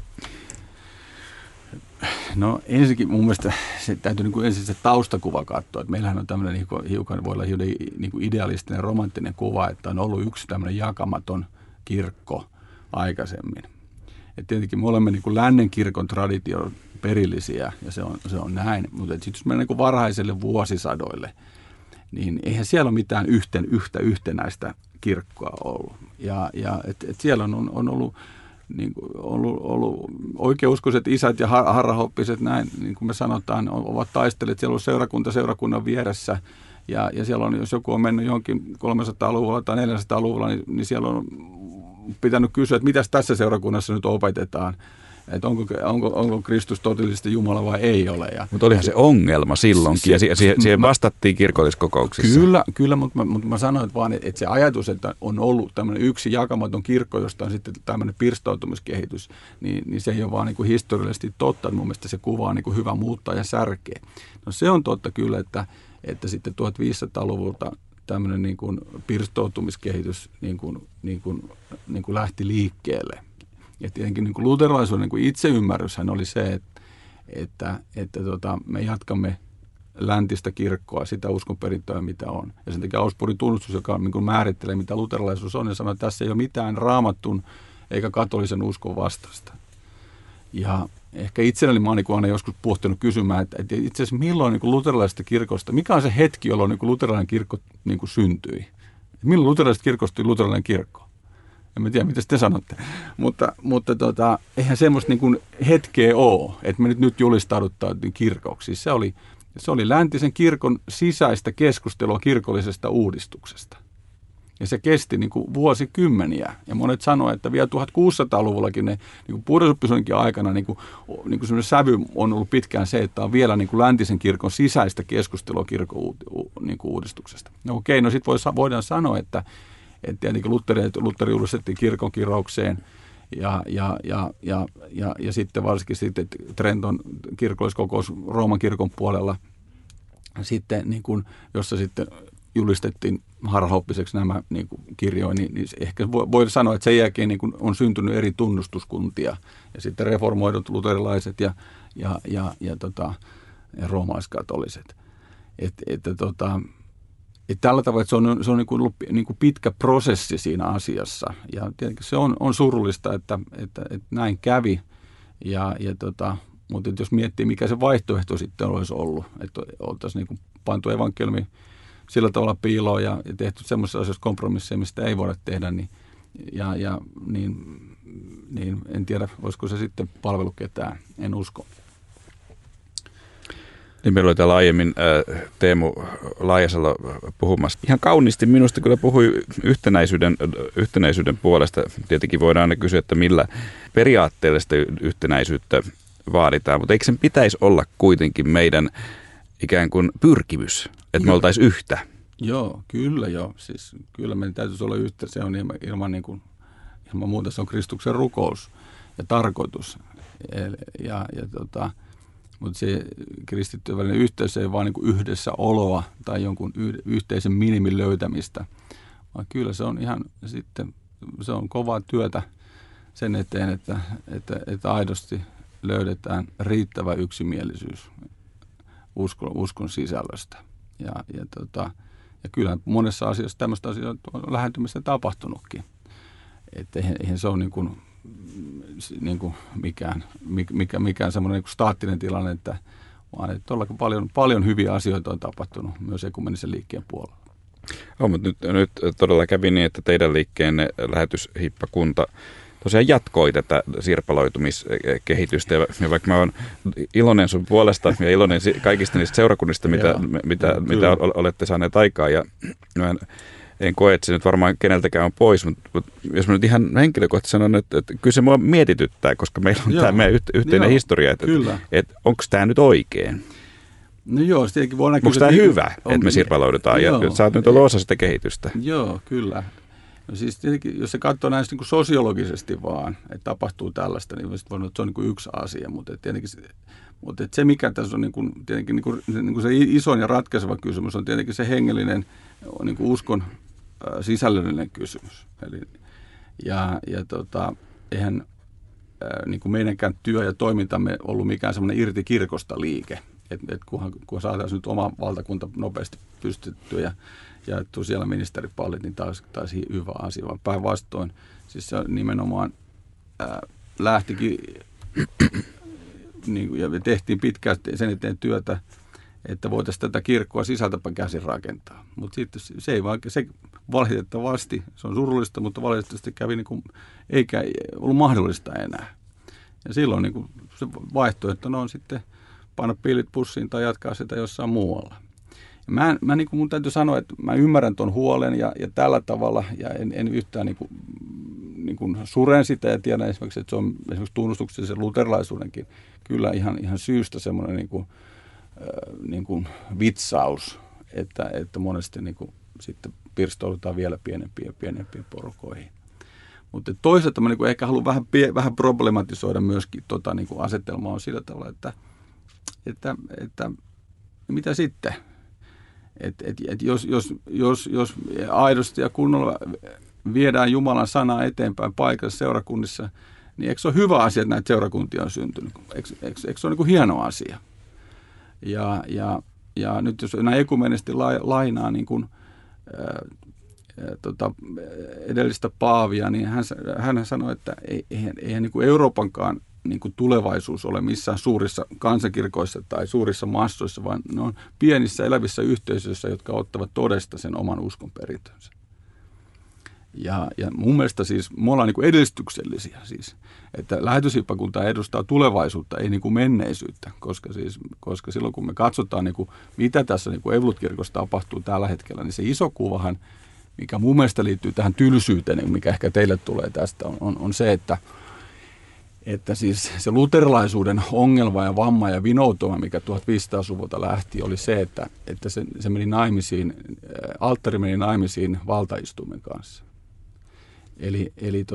No ensinnäkin mun mielestä se täytyy niin kuin ensin se taustakuva katsoa. Että meillähän on tämmöinen hiukan, voi olla niin kuin idealistinen, romanttinen kuva, että on ollut yksi tämmöinen jakamaton kirkko aikaisemmin. Et tietenkin me olemme niin kuin lännen kirkon tradition perillisiä ja se on näin. Mutta sitten jos mennään niin kuin varhaiselle vuosisadoille, niin eihän siellä ole mitään yhtä yhtenäistä kirkkoa ollut. Ja siellä on ollut, niin kuin, ollut oikeuskoiset isät ja harrahoppiset, näin niin kuin me sanotaan, ovat taistelleet. Siellä on seurakunta seurakunnan vieressä ja siellä on, jos joku on mennyt johonkin 300-luvulla tai 400-luvulla, niin siellä on pitänyt kysyä, että mitäs tässä seurakunnassa nyt opetetaan. Että onko Kristus totellisesti Jumala vai ei ole. Mutta olihan se ongelma silloinkin, ja siihen vastattiin kirkolliskokouksissa. Kyllä, mutta mä sanoin vaan, että se ajatus, että on ollut tämmöinen yksi jakamaton kirkko, josta on sitten tämmöinen pirstoutumiskehitys, niin se ei ole vaan niin kuin historiallisesti totta. Mun mielestä se kuva on niin kuin hyvä muuttaa ja särkeä. No se on totta kyllä, että sitten 1500-luvulta tämmöinen niin kuin pirstoutumiskehitys niin kuin lähti liikkeelle. Ja tietenkin niin kuin luterilaisuuden niin kuin itseymmärryshän oli se, että me jatkamme läntistä kirkkoa, sitä uskonperintöä, mitä on. Ja sen takia Augsburgin tunnustus, joka niin kuin määrittelee, mitä luterilaisuus on, ja sanoo, että tässä ei ole mitään raamattun eikä katolisen uskon vastaista. Ja ehkä itselleni mä oon niin aina joskus pohtinut kysymään, että itse asiassa milloin niin kuin luterilaisesta kirkosta, mikä on se hetki, jolloin niin kuin luterilainen kirkko niin kuin syntyi? Milloin luterilaisesta kirkosta tuli luterilainen kirkko? En tiedä, mitä te sanotte. Mutta eihän semmoista niin kuin hetkeä ole, että me nyt julistaudutaan kirkoksi. Se oli läntisen kirkon sisäistä keskustelua kirkollisesta uudistuksesta. Ja se kesti niin kuin vuosikymmeniä. Ja monet sanoivat, että vielä 1600-luvullakin ne niin puhdasoppisoinnin aikana niin kuin semmoinen sävy on ollut pitkään se, että on vielä niin kuin läntisen kirkon sisäistä keskustelua kirkon niin kuin uudistuksesta. No okei, no sitten voidaan sanoa, että tietenkin Lutteri julistettiin kirkon kiroukseen ja sitten varsinkin sitten Trenton kirkolliskokous Rooman kirkon puolella sitten, niin kuin, jossa sitten julistettiin harhaoppiseksi nämä niin kuin kirjoja, niin ehkä voi sanoa, että sen jälkeen niin kuin on syntynyt eri tunnustuskuntia ja sitten reformoidut luterilaiset ja roomalaiskatoliset. Että tällä tavalla, että se on niin kuin ollut niin kuin pitkä prosessi siinä asiassa ja tietenkin se on surullista, että näin kävi mutta jos miettii, mikä se vaihtoehto sitten olisi ollut, että oltaisiin niin kuin pantu evankeliumi sillä tavalla piiloon ja tehty semmoisessa asioissa kompromisseja, mistä ei voida tehdä, niin en tiedä, olisiko se sitten palvelu ketään, en usko. Niin meillä oli täällä aiemmin Teemu Laajasalo puhumassa. Ihan kauniisti minusta kyllä puhui yhtenäisyyden puolesta. Tietenkin voidaan aina kysyä, että millä periaatteellista yhtenäisyyttä vaaditaan, mutta eikö sen pitäisi olla kuitenkin meidän ikään kuin pyrkimys, että me oltaisiin yhtä? Joo, kyllä joo. Siis kyllä meidän täytyisi olla yhtä. Se on ilman muuta se on Kristuksen rukous ja tarkoitus. Mutta se kristittyjen välinen yhteys ei vaan niin kuin yhdessä oloa tai jonkun yhteisen minimin löytämistä, vaan kyllä se on ihan sitten, se on kovaa työtä sen eteen, että aidosti löydetään riittävä yksimielisyys uskon sisällöstä. Ja kyllä monessa asiassa tämmöistä asioita on lähentymistä tapahtunutkin. Että eihän se ole niin kuin mikään semmoinen niin kuin staattinen tilanne, vaan että paljon hyviä asioita on tapahtunut myös ekumenisen liikkeen puolella. Mutta nyt todella kävi niin, että teidän liikkeenne lähetyshippakunta tosiaan jatkoi tätä sirpaloitumiskehitystä. Ja vaikka mä oon iloinen sun puolesta ja iloinen kaikista niistä seurakunnista, mitä olette saaneet aikaa. Ja en koe, että se nyt varmaan keneltäkään on pois, mutta jos mä nyt ihan henkilökohtaisesti sanon, että kyllä se mua mietityttää, koska meillä on tämä meidän yhteinen historia, että onko tämä nyt oikein? No joo, tietenkin voi näkyä. Onko tämä hyvä, että me sirpaloidutaan ja sä oot nyt ollut osa sitä kehitystä? Joo, kyllä. No siis tietenkin, jos se katsoo näistä niin kuin sosiologisesti vaan, että tapahtuu tällaista, niin voi sanoa, että se on niin kuin yksi asia, mutta se mikä tässä on tietenkin niin kuin se isoin ja ratkaiseva kysymys on tietenkin se hengellinen niin kuin uskon sisällöllinen kysymys. Eli, eihän niin kuin meidänkään työ ja toimintamme ollut mikään semmoinen irti kirkosta liike, että kun saataisiin nyt oma valtakunta nopeasti pystyttyä ja jaettu siellä ministeripallit, niin taisi hyvä asia, vaan päinvastoin. Siis se nimenomaan lähtikin, niin, ja tehtiin pitkään sen eteen työtä, että voitaisiin tätä kirkkoa sisältäpä käsin rakentaa. Mutta sitten se valitettavasti, se on surullista, mutta valitettavasti kävi eikä ollut mahdollista enää. Ja silloin niin kuin se vaihtoehto on sitten panna piilit pussiin tai jatkaa sitä jossain muualla. Mä niin kuin mun täytyy sanoa, että mä ymmärrän ton huolen ja tällä tavalla, ja en yhtään niin kuin suren sitä ja tiedän esimerkiksi, että se on esimerkiksi tunnustuksellisen luterilaisuudenkin kyllä ihan syystä semmoinen niin kuin vitsaus, että monesti niin kuin sitten pirstoudutaan vielä pienempiin porukoihin. Mutta toisaalta mä niin kuin ehkä haluan vähän problematisoida myöskin niin kuin asetelmaa on sillä tavalla, että mitä sitten? Jos aidosti ja kunnolla viedään Jumalan sanaa eteenpäin paikallisessa seurakunnissa, niin eikö se ole hyvä asia, että näitä seurakuntia on syntynyt? Eikö se ole niin kuin hieno asia? Ja nyt jos näin ekumenisesti lainaa niin kuin, edellistä paavia, niin hän sanoi, että eihän niin kuin Euroopankaan niin kuin tulevaisuus ole missään suurissa kansankirkoissa tai suurissa massoissa, vaan ne on pienissä elävissä yhteisöissä, jotka ottavat todesta sen oman uskonperintönsä. Ja mun mielestä siis me ollaan niin kuin edistyksellisiä siis, että lähetyshippakunta edustaa tulevaisuutta, ei niin kuin menneisyyttä, koska silloin kun me katsotaan, niin kuin, mitä tässä niin kuin Evolut-kirkossa tapahtuu tällä hetkellä, niin se iso kuvahan mikä mun mielestä liittyy tähän tylsyyteen, mikä ehkä teille tulee tästä, on se, että siis se luterilaisuuden ongelma ja vamma ja vinoutuma, mikä 1500-luvulta lähti, oli se, että se meni naimisiin, alttari meni naimisiin valtaistuimen kanssa. Eli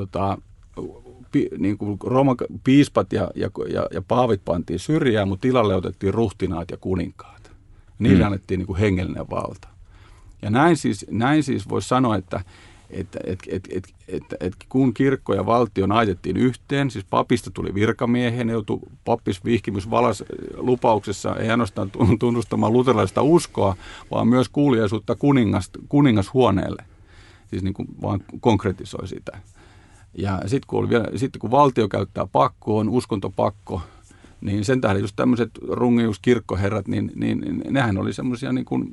niin kuin Rooman piispat ja paavit pantiin syrjään, mutta tilalle otettiin ruhtinaat ja kuninkaat. Niille annettiin niin kuin hengellinen valta. Ja näin siis voisi sanoa, että kun kirkko ja valtio naitettiin yhteen, siis papista tuli virkamiehiä, ne joutui pappisvihkimysvalas lupauksessa ei ainoastaan tunnustamaan luterilaista uskoa, vaan myös kuuliaisuutta kuningashuoneelle. Siis niin kuin vaan konkretisoi sitä. Ja sitten kun valtio käyttää pakkoon, uskontopakko, niin sen tähden just tämmöiset rungiuskirkkoherrat, niin nehän oli semmoisia niin kuin,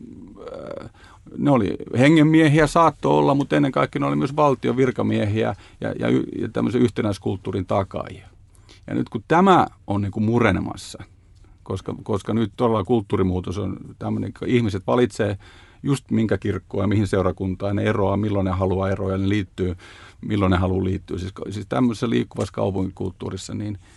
ne oli hengenmiehiä, saattoi olla, mutta ennen kaikkea ne oli myös valtion virkamiehiä ja tämmöisen yhtenäiskulttuurin takaajia. Ja nyt kun tämä on niin kuin murenemassa, koska nyt todella kulttuurimuutos on tämmöinen, kun ihmiset valitsee just minkä kirkkoa ja mihin seurakuntaan ne eroaa, milloin ne haluaa eroa ja ne liittyy, milloin ne haluaa liittyä. Siis tämmöisessä liikkuvassa kaupunkikulttuurissa,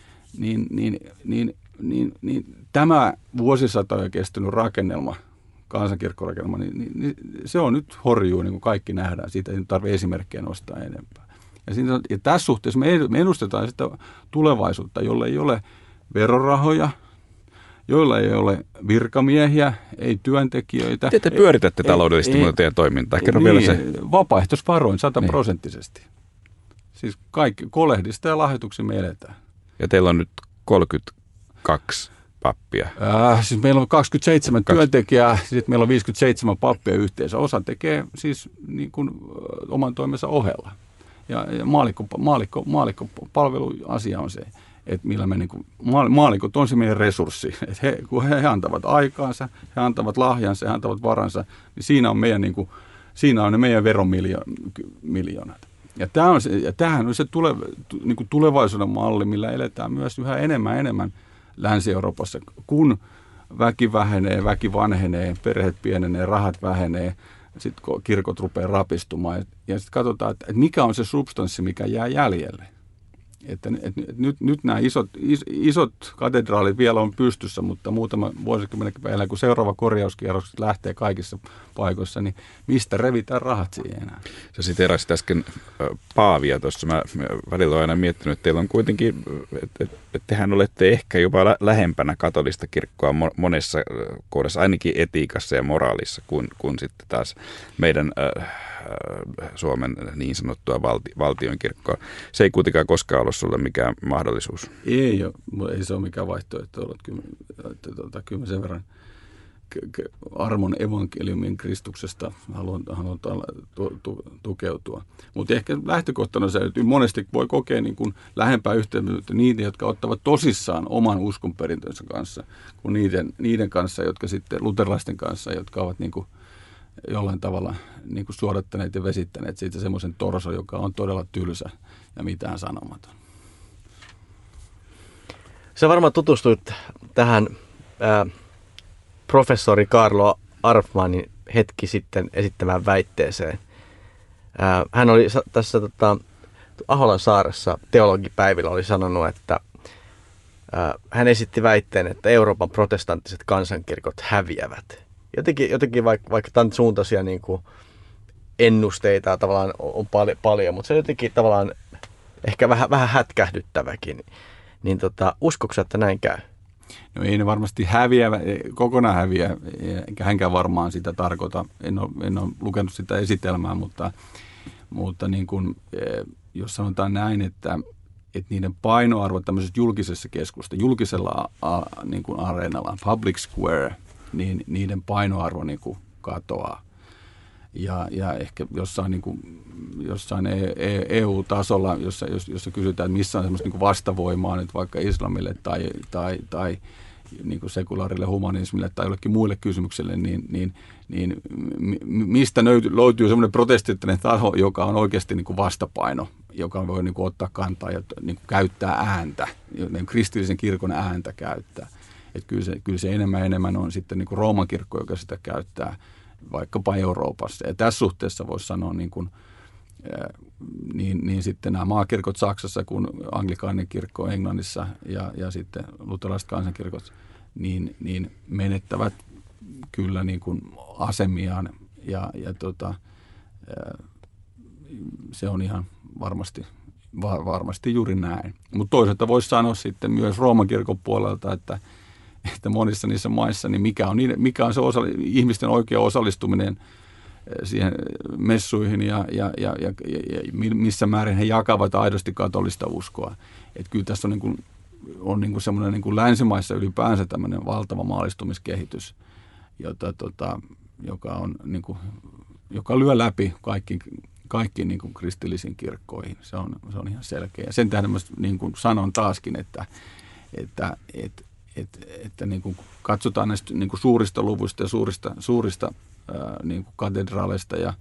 niin tämä vuosisatoja kestänyt rakennelma, kansankirkkorakennelma, niin se on nyt horjuu, niin kuin kaikki nähdään. Siitä ei tarvitse esimerkkejä nostaa enempää. Ja tässä suhteessa me ennustetaan sitä tulevaisuutta, jolla ei ole verorahoja, joilla ei ole virkamiehiä, ei työntekijöitä. Miten te pyöritätte taloudellisesti teidän toimintaa? Kerro niin, vielä se. Vapaaehtoisvaroin 100%. Siis kaikki kolehdista ja lahjoituksia me eletään. Ja teillä on nyt 32 pappia. Siis meillä on 27 työntekijää, sitten meillä on 57 pappia yhteensä. Osa tekee siis niin kuin oman toimensa ohella. Ja maalikkopalveluasia on se, että millä me maalikot on se meidän resurssi. Että kun he antavat aikaansa, he antavat lahjansa, he antavat varansa, niin siinä on siinä on ne meidän veronmiljoonat. Ja tämähän on se tulevaisuuden malli, millä eletään myös yhä enemmän Länsi-Euroopassa, kun väki vähenee, väki vanhenee, perheet pienenee, rahat vähenee, sitten kirkot rupeaa rapistumaan. Ja sitten katsotaan, että mikä on se substanssi, mikä jää jäljelle. Että nyt nämä isot katedraalit vielä on pystyssä, mutta muutama vuosikymmenen päällä, kun seuraava korjauskierros lähtee kaikissa paikoissa, niin mistä revitään rahat siihen enää? Sä siteerasit äsken Paavia tuossa. Mä välillä olen aina miettinyt, että teillä on kuitenkin, että tehän olette ehkä jopa lähempänä katolista kirkkoa monessa kohdassa, ainakin etiikassa ja moraalissa, kuin sitten taas meidän Suomen niin sanottua valtionkirkkoa. Se ei kuitenkaan koskaan ollut sulle mikään mahdollisuus. Ei se ole mikään vaihtoehto ollut. Kyllä sen verran armon evankeliumin Kristuksesta haluan tukeutua. Mutta ehkä lähtökohtana se, että monesti voi kokea niin kuin lähempää yhteyttä niitä, jotka ottavat tosissaan oman uskonperintönsä kanssa, kuin niiden kanssa, jotka sitten luterilaisten kanssa, jotka ovat niin kuin jollain tavalla niin kuin suodattaneet ja vesittäneet siitä semmoisen torso, joka on todella tylsä ja mitään sanomaton. Sä varmaan tutustuit tähän professori Carlo Arfmannin hetki sitten esittämään väitteeseen. Hän oli tässä Aholan saaressa teologipäivillä oli sanonut, että hän esitti väitteen, että Euroopan protestanttiset kansankirkot häviävät. Jotenkin vaikka tämän suuntaisia niin kuin ennusteita tavallaan on paljon, mutta se jotenkin tavallaan ehkä vähän hätkähdyttäväkin. Niin uskotko, että näin käy? No ei ne varmasti kokonaan häviä, enkä hänkään varmaan sitä tarkoita. En ole lukenut sitä esitelmää, mutta niin kuin, jos sanotaan näin, että niiden painoarvo tämmöisessä julkisessa keskustelussa, julkisella niin kuin areenalla, public square, niin niiden painoarvo niin kuin katoaa. Ja ehkä jossain EU-tasolla, jossa kysytään, että missä on semmoista niin kuin vastavoimaa nyt vaikka islamille tai niin kuin sekulaarille humanismille tai jollekin muille kysymyksille, niin mistä löytyy semmoinen protestittinen taho, joka on oikeasti niin kuin vastapaino, joka voi niin kuin ottaa kantaa ja niin kuin käyttää ääntä, niin kristillisen kirkon ääntä käyttää. Että kyllä se enemmän on sitten niin kuin Rooman kirkko, joka sitä käyttää vaikkapa Euroopassa. Ja tässä suhteessa voisi sanoa niin sitten nämä maakirkot Saksassa kuin anglikaaninen kirkko Englannissa ja sitten luterilaiset kansankirkot niin menettävät kyllä niin kuin asemiaan ja se on ihan varmasti juuri näin. Mutta toisaalta voisi sanoa sitten myös Rooman kirkon puolelta, että monissa niissä maissa, niin mikä on se ihmisten oikea osallistuminen siihen messuihin ja missä määrin he jakavat aidosti katolista uskoa. Että kyllä tässä on semmoinen niin kuin länsimaissa ylipäänsä tämmöinen valtava maallistumiskehitys, joka on joka lyö läpi kaikkiin niin kuin kristillisiin kirkkoihin. Se on ihan selkeä. Sen tähden mä niin kuin sanon taaskin, että niin kuin katsotaan näistä niin kuin suurista luvuista ja suurista niin kuin katedraaleista ja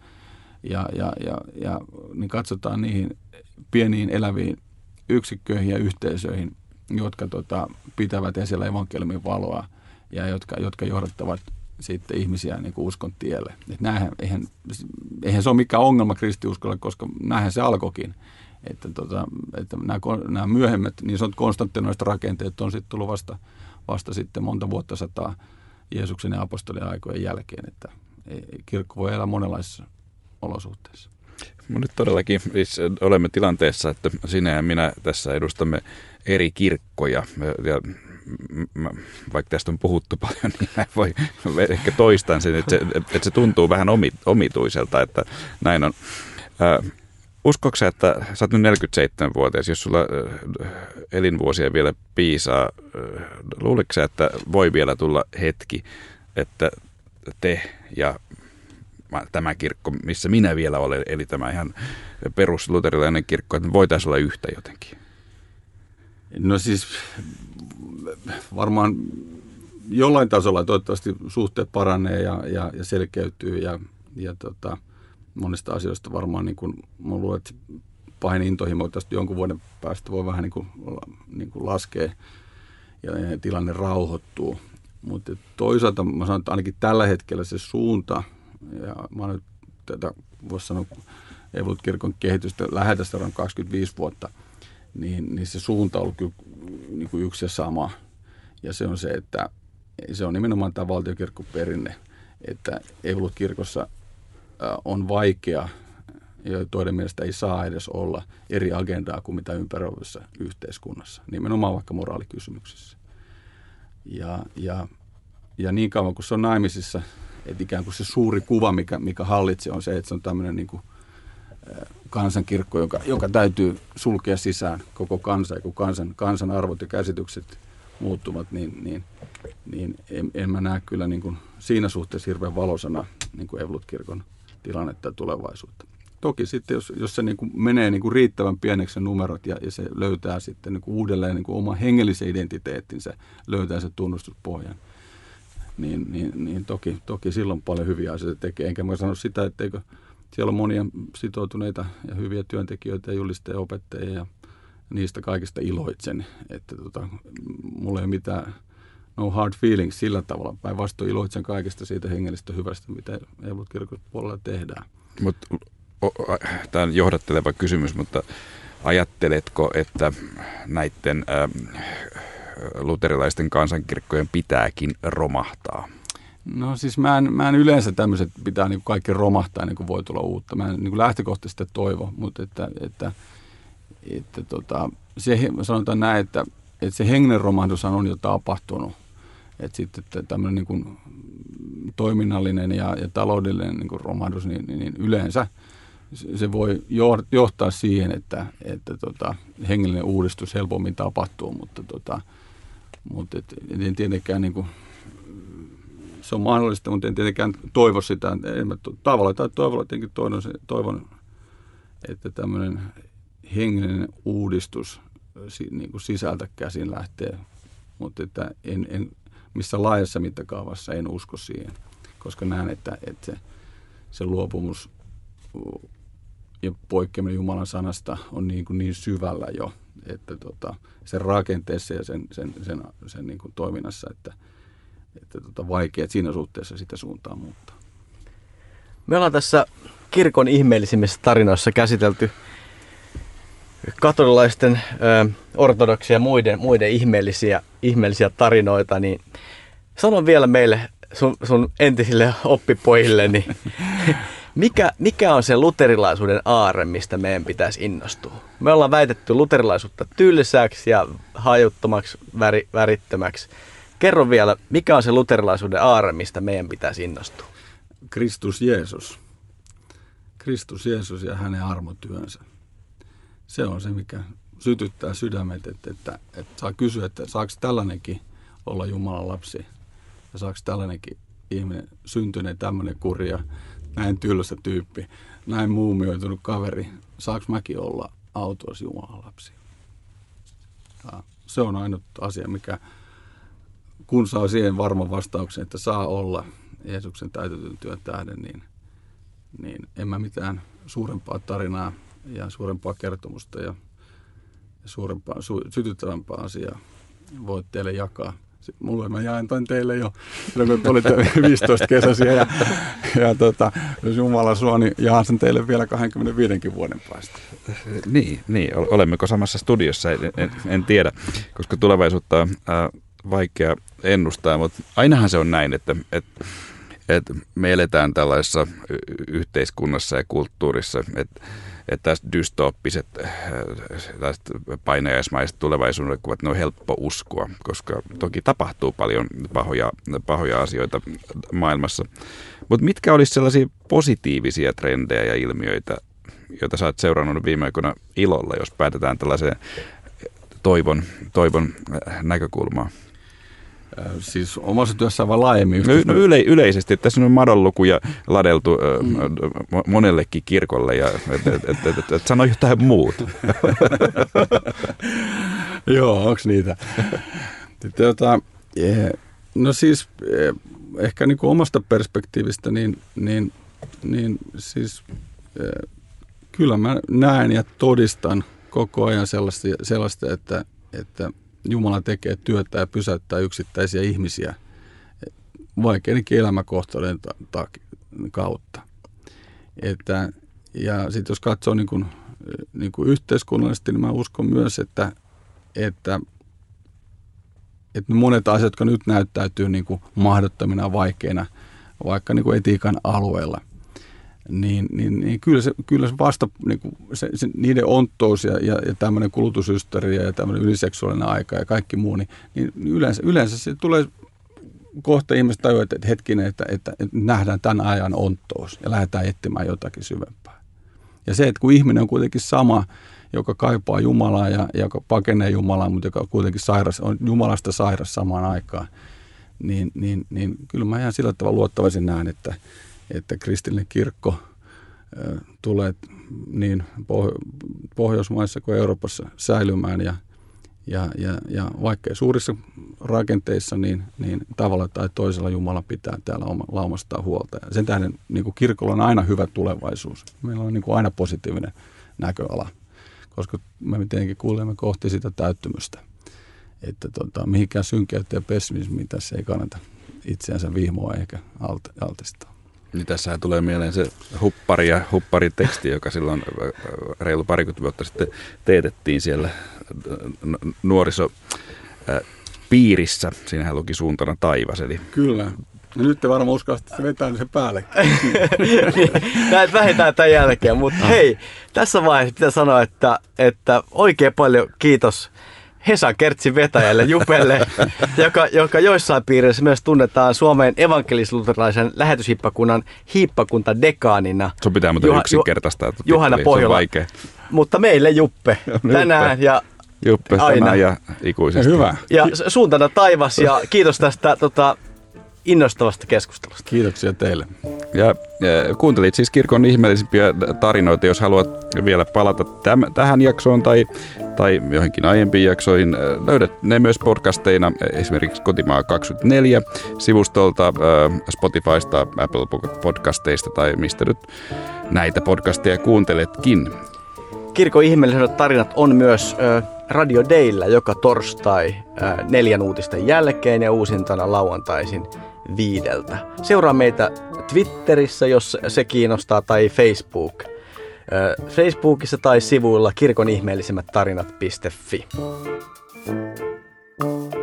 niin katsotaan niihin pieniin eläviin yksikköihin ja yhteisöihin, jotka pitävät esillä evankeliumin valoa ja jotka johdattavat sitten ihmisiä niin kuin uskon tielle. Eihän se ole mikään ongelma kristiuskolle, koska näinhän se alkoikin. Että nämä myöhemmät niin sanotut konstantinoiset rakenteet on sitten tullut vasta sitten monta vuotta sataa Jeesuksen ja apostolien aikojen jälkeen, että kirkko voi elää monenlaisissa olosuhteissa. Nyt todellakin siis olemme tilanteessa, että sinä ja minä tässä edustamme eri kirkkoja. Ja vaikka tästä on puhuttu paljon, niin mä voi ehkä toistan sen, että se tuntuu vähän omituiselta, että näin on. Uskoiko sä, että sä oot nyt 47-vuotias, jos sulla elinvuosia vielä piisaa, luuletko sä, että voi vielä tulla hetki, että te ja tämä kirkko, missä minä vielä olen, eli tämä ihan perusluterilainen kirkko, että voitaisiin olla yhtä jotenkin? No siis varmaan jollain tasolla toivottavasti suhteet paranee ja selkeytyy ja monista asioista varmaan niin kuin mä luulen, että pahin intohimo tästä jonkun vuoden päästä voi vähän niin kuin laskea ja tilanne rauhoittuu. Mutta toisaalta mä sanon, että ainakin tällä hetkellä se suunta, ja mä oon nyt tätä, voisi sanoa, Evolut-kirkon kehitystä läheltä 25 vuotta, niin se suunta on ollut kyllä niin kuin yksi ja sama. Ja se on se, että se on nimenomaan tämä valtiokirkkoperinne, että Evolut-kirkossa on vaikea, ja toinen mielestä ei saa edes olla eri agendaa kuin mitä ympäröivässä yhteiskunnassa, nimenomaan vaikka moraalikysymyksissä. Ja niin kauan kuin se on naimisissa, että ikään kuin se suuri kuva, mikä hallitsee, on se, että se on tämmöinen niin kuin kansankirkko, joka täytyy sulkea sisään koko kansa, ja kun kansan arvot ja käsitykset muuttuvat, niin en mä näe kyllä niin kuin siinä suhteessa hirveän valosana niin kuin Evolut-kirkon tilannetta ja tulevaisuutta. Toki sitten, jos se niin kuin menee niin kuin riittävän pieneksi numerot ja se löytää sitten niin kuin uudelleen niin kuin oma hengellisen identiteettinsä, löytää se tunnustuspohjan, niin toki silloin paljon hyviä asioita tekee. Enkä mä sano sitä, etteikö siellä on monia sitoutuneita ja hyviä työntekijöitä ja julistajia ja opettajia ja niistä kaikista iloitsen. Että mulla ei ole mitään no hard feelings sillä tavalla. Päinvastoin iloitsen kaikesta siitä hengellisestä hyvästä, mitä Evolut-kirkon puolella tehdään. Tämä on johdatteleva kysymys, mutta ajatteletko, että näiden luterilaisten kansankirkkojen pitääkin romahtaa? No siis mä en yleensä tämmöiset pitää niin kuin kaikki romahtaa niin kuin voi tulla uutta. Mä en niin kuin lähtökohtaisesti toivo, mutta sanotaan näin, että se hengen romahdushan on jo tapahtunut. Että sitten tämmöinen niin kuin toiminnallinen ja taloudellinen niin kuin romahdus, niin yleensä se voi johtaa siihen, että hengellinen uudistus helpommin tapahtuu, mutta en tietenkään niin kuin, se on mahdollista, mutta en tietenkään toivo sitä. Tavalla tai toivolla tietenkin toivon, että tämmöinen hengellinen uudistus niin kuin sisältä käsin lähtee, mutta että en missä laajassa mittakaavassa en usko siihen, koska näen, että se luopumus ja poikkeaminen Jumalan sanasta on niin syvällä jo, että sen rakenteessa ja sen niin kuin toiminnassa, että vaikea siinä suhteessa sitä suuntaa muuttaa. Me ollaan tässä kirkon ihmeellisimmissä tarinoissa käsitelty katolilaisten, ortodoksia ja muiden ihmeellisiä tarinoita, niin sano vielä meille sun entisille oppipojille, niin mikä on se luterilaisuuden aarre, mistä meidän pitäisi innostua? Me ollaan väitetty luterilaisuutta tylsäksi ja hajuttomaksi, värittömäksi. Kerro vielä, mikä on se luterilaisuuden aarre, mistä meidän pitäisi innostua? Kristus Jeesus. Kristus Jeesus ja hänen armotyönsä. Se on se, mikä sytyttää sydämet, että saa kysyä, että saako tällainenkin olla Jumalan lapsi ja saako tällainenkin ihminen syntyneen tämmöinen kurja, näin tylsä tyyppi, näin muumioitunut kaveri, saako mäkin olla autuas Jumalan lapsi? Ja se on ainut asia, mikä kun saa siihen varman vastauksen, että saa olla Jeesuksen täytetyn työn tähden, niin en mä mitään suurempaa tarinaa ja suurempaa kertomusta ja suurempaa, sytyttävämpää asiaa voi teille jakaa. Mulle mä jaen tämän teille jo silloin, kun olitte 15 kesäisiä ja jos Jumala suo, niin jaan sen teille vielä 25 vuoden päästä. Niin. Olemmeko samassa studiossa? En tiedä, koska tulevaisuutta on vaikea ennustaa, mutta ainahan se on näin, että me eletään tällaisessa yhteiskunnassa ja kulttuurissa, että tästä dystooppiset, tästä painajaismaiset tulevaisuuden kuvat, ne on helppo uskoa, koska toki tapahtuu paljon pahoja asioita maailmassa. Mutta mitkä olisi sellaisia positiivisia trendejä ja ilmiöitä, joita sä oot seurannut viime aikoina ilolla, jos päätetään tällaiseen toivon näkökulmaan? Siis omassa työssä vaan laajemmin. No yleisesti. Tässä on madonlukuja ladeltu monellekin kirkolle ja et sano jotain muuta. Joo, onko niitä? No siis ehkä niin kuin omasta perspektiivistä, niin siis kyllä mä näen ja todistan koko ajan sellaista että Jumala tekee työtä ja pysäyttää yksittäisiä ihmisiä vaikeidenkin elämäkohtaloiden kautta. Ja sitten jos katsoo niin kuin yhteiskunnallisesti, niin mä uskon myös, että monet asiat, jotka nyt näyttäytyy niin kuin mahdottomina vaikeina, vaikka niin kuin etiikan alueella, niin kyllä se vasta niin kuin se niiden onttous ja tämmöinen kulutushysteria ja tämmöinen yliseksuaalinen aika ja kaikki muu, niin yleensä se tulee kohta ihmiset tajuaa, että hetkinen, että nähdään tämän ajan onttous ja lähdetään etsimään jotakin syvempää. Ja se, että kun ihminen on kuitenkin sama, joka kaipaa Jumalaa ja joka pakenee Jumalaa, mutta joka kuitenkin on Jumalasta sairas samaan aikaan, niin kyllä mä ihan sillä tavalla luottavaisin näen, että kristillinen kirkko tulee niin Pohjoismaissa kuin Euroopassa säilymään ja vaikkei suurissa rakenteissa, niin tavalla tai toisella Jumala pitää täällä laumastaan huolta. Ja sen tähden niin kuin kirkolla on aina hyvä tulevaisuus. Meillä on niin kuin aina positiivinen näköala, koska me tietenkin kuulemme kohti sitä täyttymystä, että mihinkään synkeyttä ja pessimismiin tässä ei kannata itseänsä vihmoa eikä altistaa. Niin tässähän tulee mieleen se huppariteksti, joka silloin reilu parikymmentä vuotta sitten teetettiin siellä nuorisopiirissä. Siinähän luki suuntana taivas. Eli... Kyllä. No nyt te varmaan uskallatte, että se vetää sen päälle. Näet vähintään tämän jälkeen, mutta hei, tässä vaiheessa pitää sanoa, että oikein paljon kiitos Hesan Kertsin vetäjälle Jupelle, joka joissain piirissä myös tunnetaan Suomen evankelis-luterilaisen lähetyshiippakunnan hiippakuntadekaanina. Se pitää muuten yksinkertaistaa. Juhana Pohjola. Mutta meille Juppe tänään ja Juppe aina. Tänään ja ikuisesti. Hyvä. Ja suuntana taivas ja kiitos tästä innostavasta keskustelusta. Kiitoksia teille. Ja kuuntelit siis kirkon ihmeellisimpiä tarinoita. Jos haluat vielä palata tähän jaksoon tai johonkin aiempiin jaksoihin, löydät ne myös podcasteina, esimerkiksi Kotimaa 24 sivustolta, Spotifysta, Apple Podcasteista tai mistä nyt näitä podcasteja kuunteletkin. Kirkon ihmeelliset tarinat on myös Radio Dayllä joka torstai 4 uutisten jälkeen ja uusintana lauantaisin 5. Seuraa meitä Twitterissä, jos se kiinnostaa, tai Facebook. Facebookissa tai sivuilla kirkonihmeellisimmät tarinat.fi.